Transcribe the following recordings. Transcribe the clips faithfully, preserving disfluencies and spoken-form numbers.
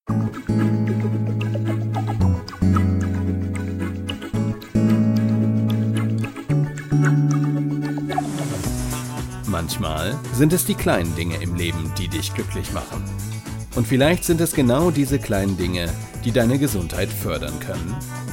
Manchmal sind es die kleinen Dinge im Leben, die dich glücklich machen. Und vielleicht sind es genau diese kleinen Dinge, die deine Gesundheit fördern können.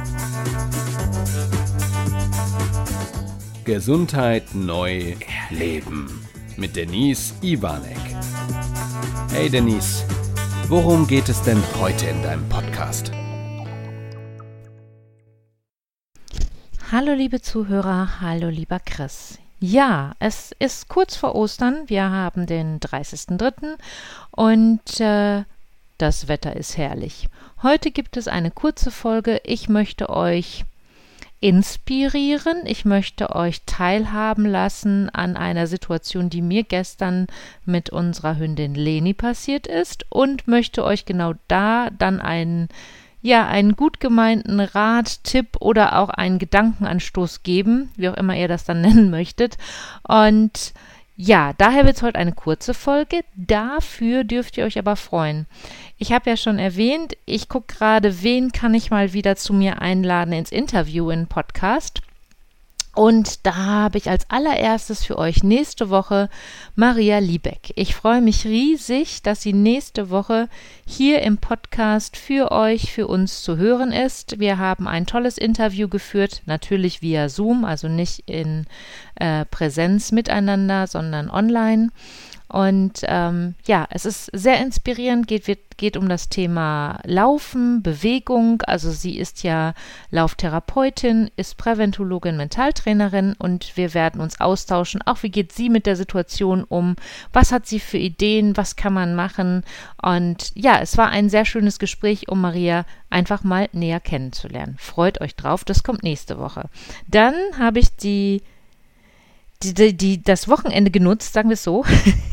Gesundheit neu erleben mit Denise Iwanek. Hey Denise, worum geht es denn heute in deinem Podcast? Hallo liebe Zuhörer, hallo lieber Chris. Ja, es ist kurz vor Ostern, wir haben den dreißigsten dritten und äh, das Wetter ist herrlich. Heute gibt es eine kurze Folge. Ich möchte euch inspirieren, ich möchte euch teilhaben lassen an einer Situation, die mir gestern mit unserer Hündin Leni passiert ist und möchte euch genau da dann einen ja, einen gut gemeinten Rat, Tipp oder auch einen Gedankenanstoß geben, wie auch immer ihr das dann nennen möchtet. Und ja, daher wird es heute eine kurze Folge. Dafür dürft ihr euch aber freuen. Ich habe ja schon erwähnt, ich gucke gerade, wen kann ich mal wieder zu mir einladen ins Interview in Podcast. Und da habe ich als allererstes für euch nächste Woche Maria Liebeck. Ich freue mich riesig, dass sie nächste Woche hier im Podcast für euch, für uns zu hören ist. Wir haben ein tolles Interview geführt, natürlich via Zoom, also nicht in äh, Präsenz miteinander, sondern online. Und ähm, ja, es ist sehr inspirierend, geht, wird, geht um das Thema Laufen, Bewegung. Also sie ist ja Lauftherapeutin, ist Präventologin, Mentaltrainerin und wir werden uns austauschen. Auch wie geht sie mit der Situation um? Was hat sie für Ideen? Was kann man machen? Und ja, es war ein sehr schönes Gespräch, um Maria einfach mal näher kennenzulernen. Freut euch drauf, das kommt nächste Woche. Dann habe ich die Die, die, die, das Wochenende genutzt, sagen wir es so,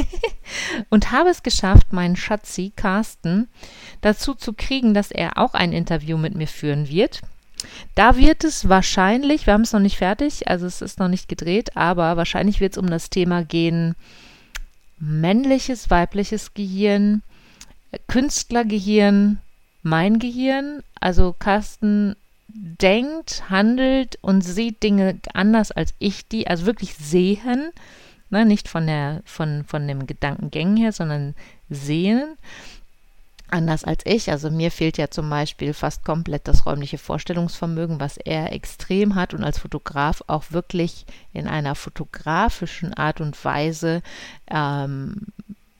und habe es geschafft, meinen Schatzi Carsten dazu zu kriegen, dass er auch ein Interview mit mir führen wird. Da wird es wahrscheinlich, wir haben es noch nicht fertig, also es ist noch nicht gedreht, aber wahrscheinlich wird es um das Thema gehen, männliches, weibliches Gehirn, Künstlergehirn, mein Gehirn, also Carsten denkt, handelt und sieht Dinge anders als ich die, also wirklich sehen, ne, nicht von der, von, von dem Gedankengängen her, sondern sehen, anders als ich. Also mir fehlt ja zum Beispiel fast komplett das räumliche Vorstellungsvermögen, was er extrem hat und als Fotograf auch wirklich in einer fotografischen Art und Weise ähm,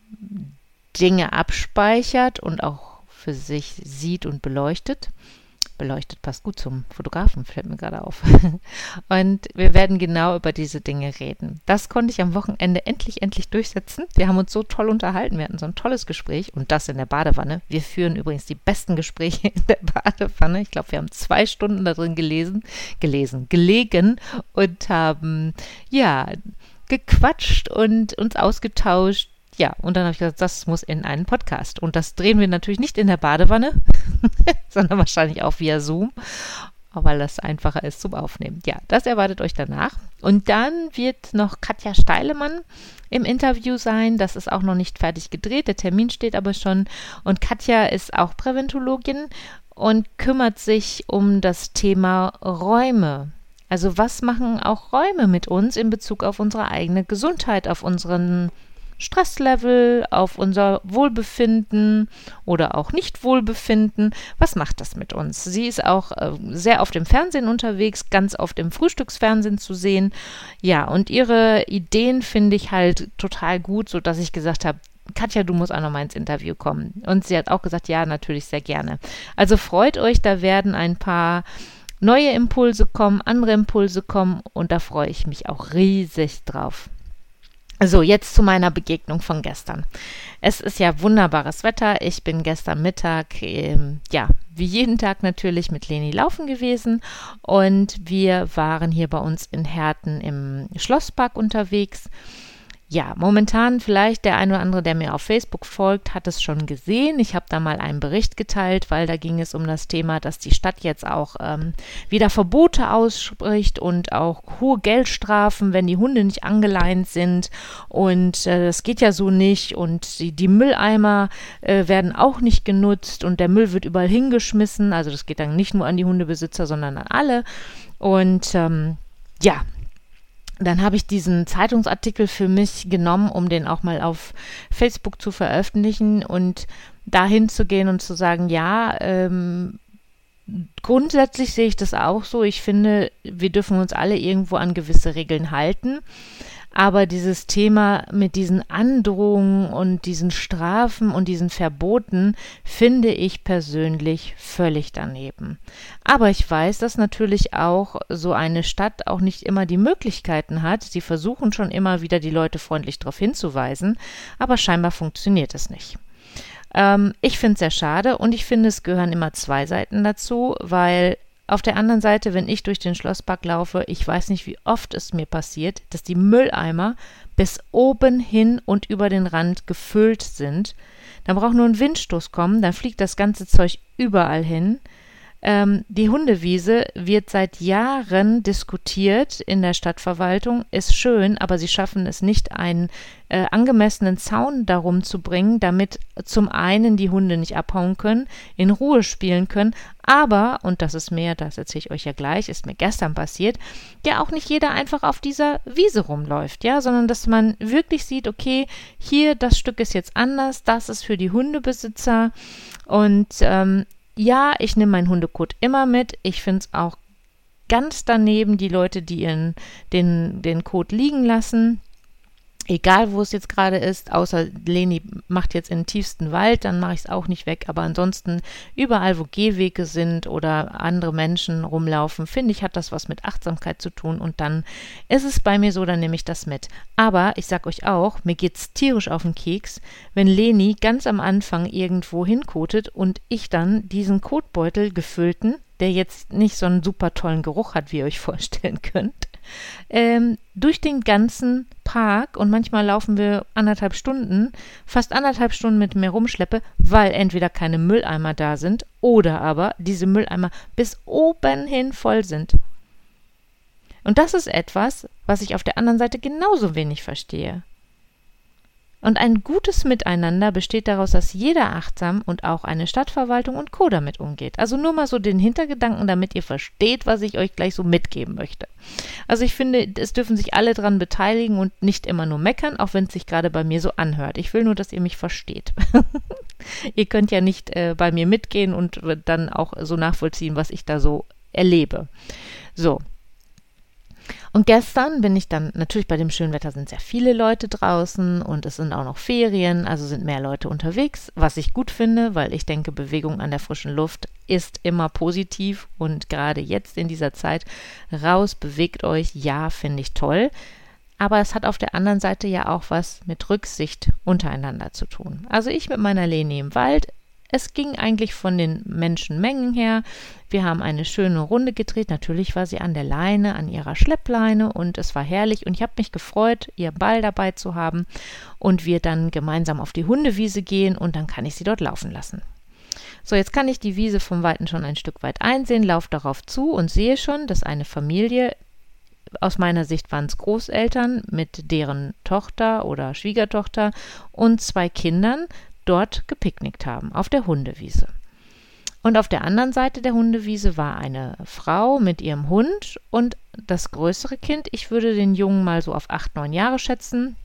Dinge abspeichert und auch für sich sieht und beleuchtet. Beleuchtet passt gut zum Fotografen, fällt mir gerade auf. Und wir werden genau über diese Dinge reden. Das konnte ich am Wochenende endlich, endlich durchsetzen. Wir haben uns so toll unterhalten. Wir hatten so ein tolles Gespräch und das in der Badewanne. Wir führen übrigens die besten Gespräche in der Badewanne. Ich glaube, wir haben zwei Stunden da drin gelesen, gelesen, gelegen und haben, ja, gequatscht und uns ausgetauscht. Ja, und dann habe ich gesagt, das muss in einen Podcast. Und das drehen wir natürlich nicht in der Badewanne, sondern wahrscheinlich auch via Zoom, weil das einfacher ist zum Aufnehmen. Ja, das erwartet euch danach. Und dann wird noch Katja Steilemann im Interview sein. Das ist auch noch nicht fertig gedreht, der Termin steht aber schon. Und Katja ist auch Präventologin und kümmert sich um das Thema Räume. Also was machen auch Räume mit uns in Bezug auf unsere eigene Gesundheit, auf unseren Stresslevel, auf unser Wohlbefinden oder auch Nicht-Wohlbefinden. Was macht das mit uns? Sie ist auch äh, sehr oft im Fernsehen unterwegs, ganz oft im Frühstücksfernsehen zu sehen. Ja, und ihre Ideen finde ich halt total gut, sodass ich gesagt habe, Katja, du musst auch noch mal ins Interview kommen. Und sie hat auch gesagt, ja, natürlich sehr gerne. Also freut euch, da werden ein paar neue Impulse kommen, andere Impulse kommen und da freue ich mich auch riesig drauf. So, jetzt zu meiner Begegnung von gestern. Es ist ja wunderbares Wetter. Ich bin gestern Mittag, ähm, ja, wie jeden Tag natürlich mit Leni laufen gewesen und wir waren hier bei uns in Herten im Schlosspark unterwegs. Ja, momentan vielleicht der ein oder andere, der mir auf Facebook folgt, hat es schon gesehen. Ich habe da mal einen Bericht geteilt, weil da ging es um das Thema, dass die Stadt jetzt auch ähm, wieder Verbote ausspricht und auch hohe Geldstrafen, wenn die Hunde nicht angeleint sind. Und äh, das geht ja so nicht. Und die, die Mülleimer äh, werden auch nicht genutzt und der Müll wird überall hingeschmissen. Also das geht dann nicht nur an die Hundebesitzer, sondern an alle. Und ähm, ja, dann habe ich diesen Zeitungsartikel für mich genommen, um den auch mal auf Facebook zu veröffentlichen und dahin zu gehen und zu sagen, ja, ähm, grundsätzlich sehe ich das auch so. Ich finde, wir dürfen uns alle irgendwo an gewisse Regeln halten. Aber dieses Thema mit diesen Androhungen und diesen Strafen und diesen Verboten finde ich persönlich völlig daneben. Aber ich weiß, dass natürlich auch so eine Stadt auch nicht immer die Möglichkeiten hat. Sie versuchen schon immer wieder, die Leute freundlich darauf hinzuweisen, aber scheinbar funktioniert es nicht. Ähm, ich finde es sehr schade und ich finde, es gehören immer zwei Seiten dazu, weil auf der anderen Seite, wenn ich durch den Schlosspark laufe, ich weiß nicht, wie oft es mir passiert, dass die Mülleimer bis oben hin und über den Rand gefüllt sind. Dann braucht nur ein Windstoß kommen, dann fliegt das ganze Zeug überall hin. Ähm, die Hundewiese wird seit Jahren diskutiert in der Stadtverwaltung, ist schön, aber sie schaffen es nicht, einen äh, angemessenen Zaun darum zu bringen, damit zum einen die Hunde nicht abhauen können, in Ruhe spielen können, aber, und das ist mehr, das erzähle ich euch ja gleich, ist mir gestern passiert, ja auch nicht jeder einfach auf dieser Wiese rumläuft, ja, sondern dass man wirklich sieht, okay, hier, das Stück ist jetzt anders, das ist für die Hundebesitzer und ähm, ja, ich nehme meinen Hundekot immer mit. Ich finde es auch ganz daneben, die Leute, die ihren, den, den Kot liegen lassen. Egal, wo es jetzt gerade ist, außer Leni macht jetzt in den tiefsten Wald, dann mache ich es auch nicht weg. Aber ansonsten überall, wo Gehwege sind oder andere Menschen rumlaufen, finde ich, hat das was mit Achtsamkeit zu tun. Und dann ist es bei mir so, dann nehme ich das mit. Aber ich sag euch auch, mir geht's tierisch auf den Keks, wenn Leni ganz am Anfang irgendwo hinkotet und ich dann diesen Kotbeutel gefüllten, der jetzt nicht so einen super tollen Geruch hat, wie ihr euch vorstellen könnt, ähm, durch den ganzen Park und manchmal laufen wir anderthalb Stunden, fast anderthalb Stunden mit mir rumschleppe, weil entweder keine Mülleimer da sind oder aber diese Mülleimer bis oben hin voll sind. Und das ist etwas, was ich auf der anderen Seite genauso wenig verstehe. Und ein gutes Miteinander besteht daraus, dass jeder achtsam und auch eine Stadtverwaltung und Co. damit umgeht. Also nur mal so den Hintergedanken, damit ihr versteht, was ich euch gleich so mitgeben möchte. Also ich finde, es dürfen sich alle dran beteiligen und nicht immer nur meckern, auch wenn es sich gerade bei mir so anhört. Ich will nur, dass ihr mich versteht. Ihr könnt ja nicht äh, bei mir mitgehen und dann auch so nachvollziehen, was ich da so erlebe. So. Und gestern bin ich dann, natürlich bei dem schönen Wetter sind sehr viele Leute draußen und es sind auch noch Ferien, also sind mehr Leute unterwegs, was ich gut finde, weil ich denke, Bewegung an der frischen Luft ist immer positiv und gerade jetzt in dieser Zeit raus, bewegt euch, ja, finde ich toll. Aber es hat auf der anderen Seite ja auch was mit Rücksicht untereinander zu tun. Also ich mit meiner Leni im Wald. Es ging eigentlich von den Menschenmengen her. Wir haben eine schöne Runde gedreht. Natürlich war sie an der Leine, an ihrer Schleppleine und es war herrlich. Und ich habe mich gefreut, ihr Ball dabei zu haben und wir dann gemeinsam auf die Hundewiese gehen und dann kann ich sie dort laufen lassen. So, jetzt kann ich die Wiese vom Weiten schon ein Stück weit einsehen, laufe darauf zu und sehe schon, dass eine Familie, aus meiner Sicht waren es Großeltern mit deren Tochter oder Schwiegertochter und zwei Kindern, dort gepicknickt haben, auf der Hundewiese. Und auf der anderen Seite der Hundewiese war eine Frau mit ihrem Hund und das größere Kind, ich würde den Jungen mal so auf acht, neun Jahre schätzen,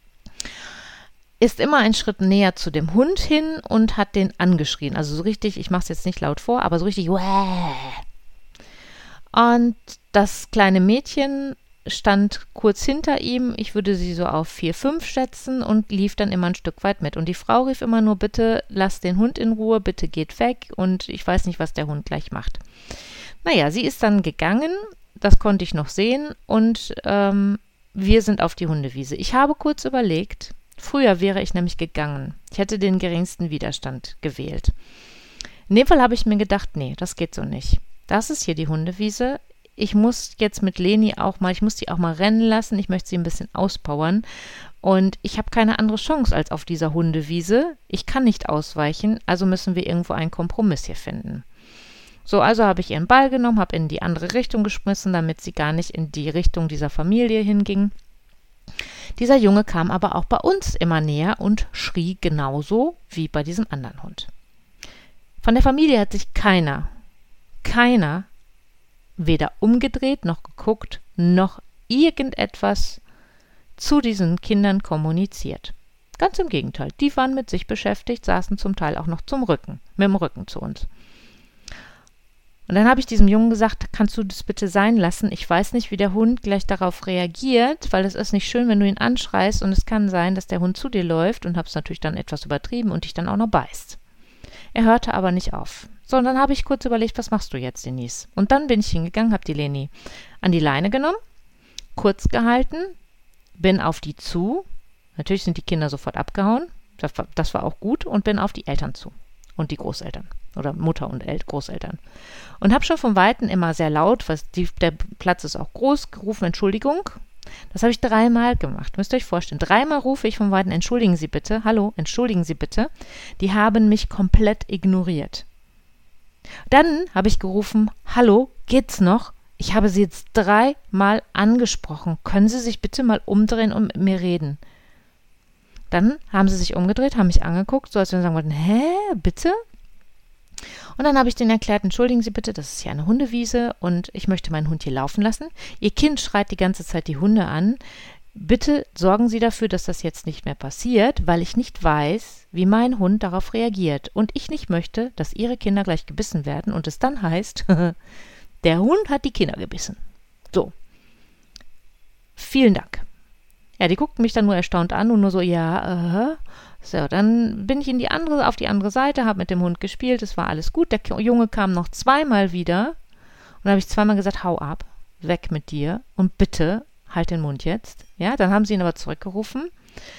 ist immer einen Schritt näher zu dem Hund hin und hat den angeschrien. Also so richtig, ich mache es jetzt nicht laut vor, aber so richtig Wäh. Und das kleine Mädchen stand kurz hinter ihm, ich würde sie so auf vier, fünf schätzen und lief dann immer ein Stück weit mit. Und die Frau rief immer nur, bitte lasst den Hund in Ruhe, bitte geht weg und ich weiß nicht, was der Hund gleich macht. Naja, sie ist dann gegangen, das konnte ich noch sehen und ähm, wir sind auf die Hundewiese. Ich habe kurz überlegt, früher wäre ich nämlich gegangen. Ich hätte den geringsten Widerstand gewählt. In dem Fall habe ich mir gedacht, nee, das geht so nicht. Das ist hier die Hundewiese. ich muss jetzt mit Leni auch mal, ich muss die auch mal rennen lassen, ich möchte sie ein bisschen auspowern und ich habe keine andere Chance als auf dieser Hundewiese. Ich kann nicht ausweichen, also müssen wir irgendwo einen Kompromiss hier finden. So, also habe ich ihren Ball genommen, habe in die andere Richtung geschmissen, damit sie gar nicht in die Richtung dieser Familie hinging. Dieser Junge kam aber auch bei uns immer näher und schrie genauso wie bei diesem anderen Hund. Von der Familie hat sich keiner, keiner weder umgedreht noch geguckt, noch irgendetwas zu diesen Kindern kommuniziert. Ganz im Gegenteil, die waren mit sich beschäftigt, saßen zum Teil auch noch zum Rücken, mit dem Rücken zu uns. Und dann habe ich diesem Jungen gesagt, kannst du das bitte sein lassen? Ich weiß nicht, wie der Hund gleich darauf reagiert, weil es ist nicht schön, wenn du ihn anschreist und es kann sein, dass der Hund zu dir läuft und habe es natürlich dann etwas übertrieben und dich dann auch noch beißt. Er hörte aber nicht auf. So, und dann habe ich kurz überlegt, was machst du jetzt, Denise? Und dann bin ich hingegangen, habe die Leni an die Leine genommen, kurz gehalten, bin auf die zu. Natürlich sind die Kinder sofort abgehauen, das war, das war auch gut, und bin auf die Eltern zu und die Großeltern. Oder Mutter und El- Großeltern. Und habe schon von Weitem immer sehr laut, was die, der Platz ist auch groß, gerufen, Entschuldigung. Das habe ich dreimal gemacht, müsst ihr euch vorstellen. Dreimal rufe ich von Weitem, entschuldigen Sie bitte, hallo, entschuldigen Sie bitte. Die haben mich komplett ignoriert. Dann habe ich gerufen, hallo, geht's noch? Ich habe Sie jetzt dreimal angesprochen. Können Sie sich bitte mal umdrehen und mit mir reden? Dann haben sie sich umgedreht, haben mich angeguckt, so als wenn sie sagen wollten, hä, bitte? Und dann habe ich denen erklärt, entschuldigen Sie bitte, das ist hier eine Hundewiese und ich möchte meinen Hund hier laufen lassen. Ihr Kind schreit die ganze Zeit die Hunde an. Bitte sorgen Sie dafür, dass das jetzt nicht mehr passiert, weil ich nicht weiß, wie mein Hund darauf reagiert. Und ich nicht möchte, dass Ihre Kinder gleich gebissen werden und es dann heißt, der Hund hat die Kinder gebissen. So. Vielen Dank. Ja, die guckten mich dann nur erstaunt an und nur so, ja, äh, so, dann bin ich in die andere, auf die andere Seite, habe mit dem Hund gespielt, es war alles gut. Der Junge kam noch zweimal wieder und da habe ich zweimal gesagt, hau ab, weg mit dir und bitte halt den Mund jetzt. Ja, dann haben sie ihn aber zurückgerufen.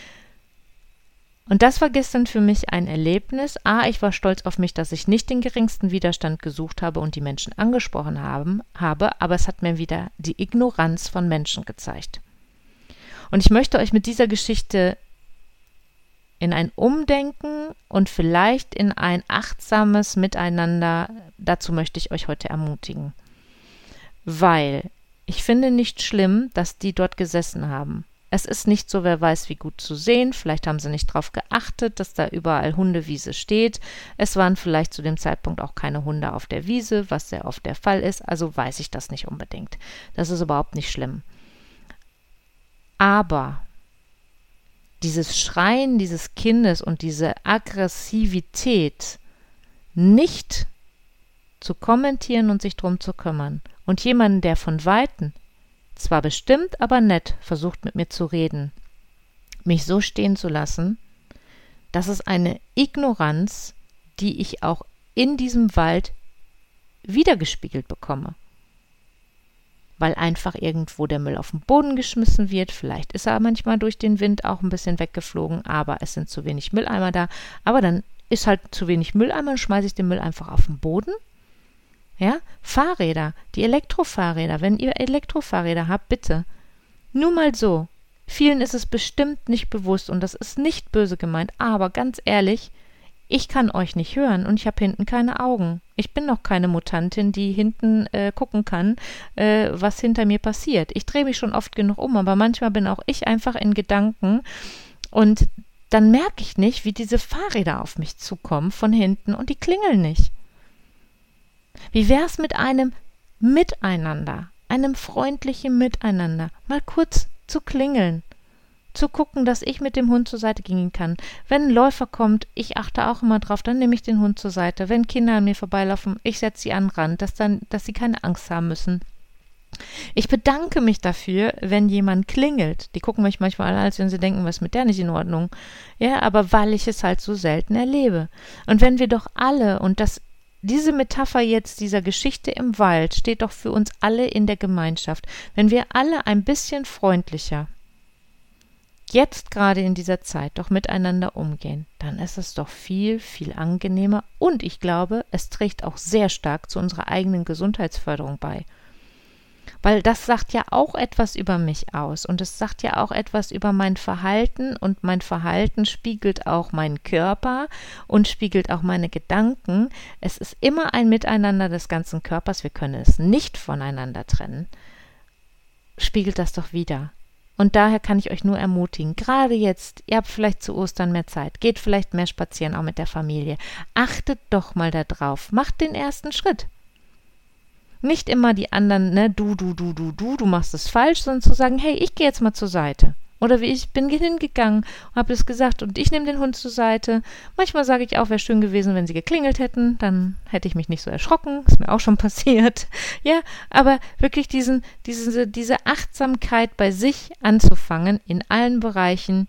Und das war gestern für mich ein Erlebnis. A, ich war stolz auf mich, dass ich nicht den geringsten Widerstand gesucht habe und die Menschen angesprochen haben, habe, aber es hat mir wieder die Ignoranz von Menschen gezeigt. Und ich möchte euch mit dieser Geschichte in ein Umdenken und vielleicht in ein achtsames Miteinander, dazu möchte ich euch heute ermutigen. Weil ich finde nicht schlimm, dass die dort gesessen haben. Es ist nicht so, wer weiß, wie gut zu sehen. Vielleicht haben sie nicht darauf geachtet, dass da überall Hundewiese steht. Es waren vielleicht zu dem Zeitpunkt auch keine Hunde auf der Wiese, was sehr oft der Fall ist. Also weiß ich das nicht unbedingt. Das ist überhaupt nicht schlimm. Aber dieses Schreien dieses Kindes und diese Aggressivität nicht zu kommentieren und sich drum zu kümmern und jemanden, der von Weitem zwar bestimmt, aber nett versucht mit mir zu reden, mich so stehen zu lassen, das ist eine Ignoranz, die ich auch in diesem Wald wiedergespiegelt bekomme. Weil einfach irgendwo der Müll auf den Boden geschmissen wird. Vielleicht ist er manchmal durch den Wind auch ein bisschen weggeflogen, aber es sind zu wenig Mülleimer da. Aber dann ist halt zu wenig Mülleimer und schmeiße ich den Müll einfach auf den Boden. Ja, Fahrräder, die Elektrofahrräder, wenn ihr Elektrofahrräder habt, bitte. Nur mal so. Vielen ist es bestimmt nicht bewusst und das ist nicht böse gemeint, aber ganz ehrlich, ich kann euch nicht hören und ich habe hinten keine Augen. Ich bin noch keine Mutantin, die hinten äh, gucken kann, äh, was hinter mir passiert. Ich drehe mich schon oft genug um, aber manchmal bin auch ich einfach in Gedanken und dann merke ich nicht, wie diese Fahrräder auf mich zukommen von hinten und die klingeln nicht. Wie wär's mit einem Miteinander, einem freundlichen Miteinander, mal kurz zu klingeln? Zu gucken, dass ich mit dem Hund zur Seite gehen kann. Wenn ein Läufer kommt, ich achte auch immer drauf, dann nehme ich den Hund zur Seite. Wenn Kinder an mir vorbeilaufen, ich setze sie an den Rand, dass, dann, dass sie keine Angst haben müssen. Ich bedanke mich dafür, wenn jemand klingelt. Die gucken mich manchmal an, als wenn sie denken, was ist mit der nicht in Ordnung? Ja, aber weil ich es halt so selten erlebe. Und wenn wir doch alle, und das diese Metapher jetzt dieser Geschichte im Wald steht doch für uns alle in der Gemeinschaft. Wenn wir alle ein bisschen freundlicher jetzt gerade in dieser Zeit doch miteinander umgehen, dann ist es doch viel, viel angenehmer und ich glaube, es trägt auch sehr stark zu unserer eigenen Gesundheitsförderung bei. Weil das sagt ja auch etwas über mich aus und es sagt ja auch etwas über mein Verhalten und mein Verhalten spiegelt auch meinen Körper und spiegelt auch meine Gedanken. Es ist immer ein Miteinander des ganzen Körpers, wir können es nicht voneinander trennen. Spiegelt das doch wieder. Und daher kann ich euch nur ermutigen, gerade jetzt, ihr habt vielleicht zu Ostern mehr Zeit, geht vielleicht mehr spazieren, auch mit der Familie. Achtet doch mal da drauf, macht den ersten Schritt. Nicht immer die anderen, ne, du, du, du, du, du, du machst es falsch, sondern zu sagen, hey, ich gehe jetzt mal zur Seite. Oder wie ich bin hingegangen und habe es gesagt und ich nehme den Hund zur Seite. Manchmal sage ich auch, wäre schön gewesen, wenn sie geklingelt hätten, dann hätte ich mich nicht so erschrocken, ist mir auch schon passiert. Ja, aber wirklich diesen, diese, diese Achtsamkeit bei sich anzufangen in allen Bereichen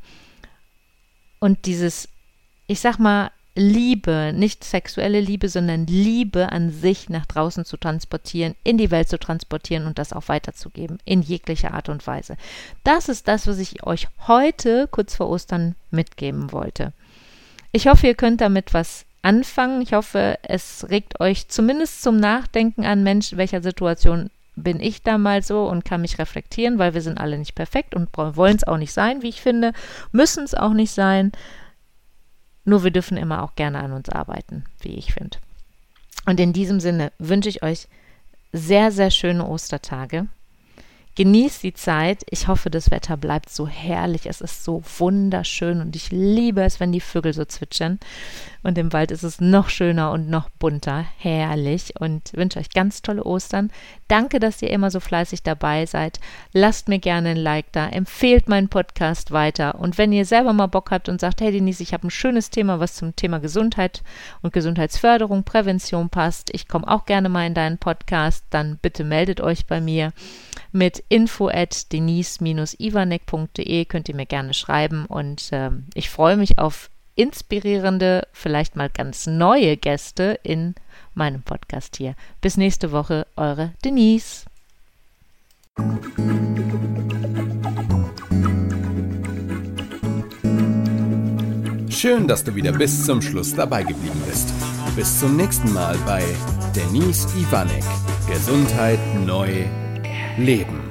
und dieses, ich sag mal, Liebe, nicht sexuelle Liebe, sondern Liebe an sich nach draußen zu transportieren, in die Welt zu transportieren und das auch weiterzugeben, in jeglicher Art und Weise. Das ist das, was ich euch heute, kurz vor Ostern, mitgeben wollte. Ich hoffe, ihr könnt damit was anfangen. Ich hoffe, es regt euch zumindest zum Nachdenken an, Mensch, in welcher Situation bin ich da mal so und kann mich reflektieren, weil wir sind alle nicht perfekt und wollen es auch nicht sein, wie ich finde, müssen es auch nicht sein. Nur wir dürfen immer auch gerne an uns arbeiten, wie ich finde. Und in diesem Sinne wünsche ich euch sehr, sehr schöne Ostertage. Genießt die Zeit. Ich hoffe, das Wetter bleibt so herrlich. Es ist so wunderschön und ich liebe es, wenn die Vögel so zwitschern. Und im Wald ist es noch schöner und noch bunter. Herrlich. Und wünsche euch ganz tolle Ostern. Danke, dass ihr immer so fleißig dabei seid. Lasst mir gerne ein Like da. Empfehlt meinen Podcast weiter. Und wenn ihr selber mal Bock habt und sagt, hey Denise, ich habe ein schönes Thema, was zum Thema Gesundheit und Gesundheitsförderung, Prävention passt. Ich komme auch gerne mal in deinen Podcast. Dann bitte meldet euch bei mir. Mit info at denise dash ivanek punkt de könnt ihr mir gerne schreiben und ähm, ich freue mich auf inspirierende, vielleicht mal ganz neue Gäste in meinem Podcast hier. Bis nächste Woche, eure Denise. Schön, dass du wieder bis zum Schluss dabei geblieben bist. Bis zum nächsten Mal bei Denise Ivanek. Gesundheit neu leben.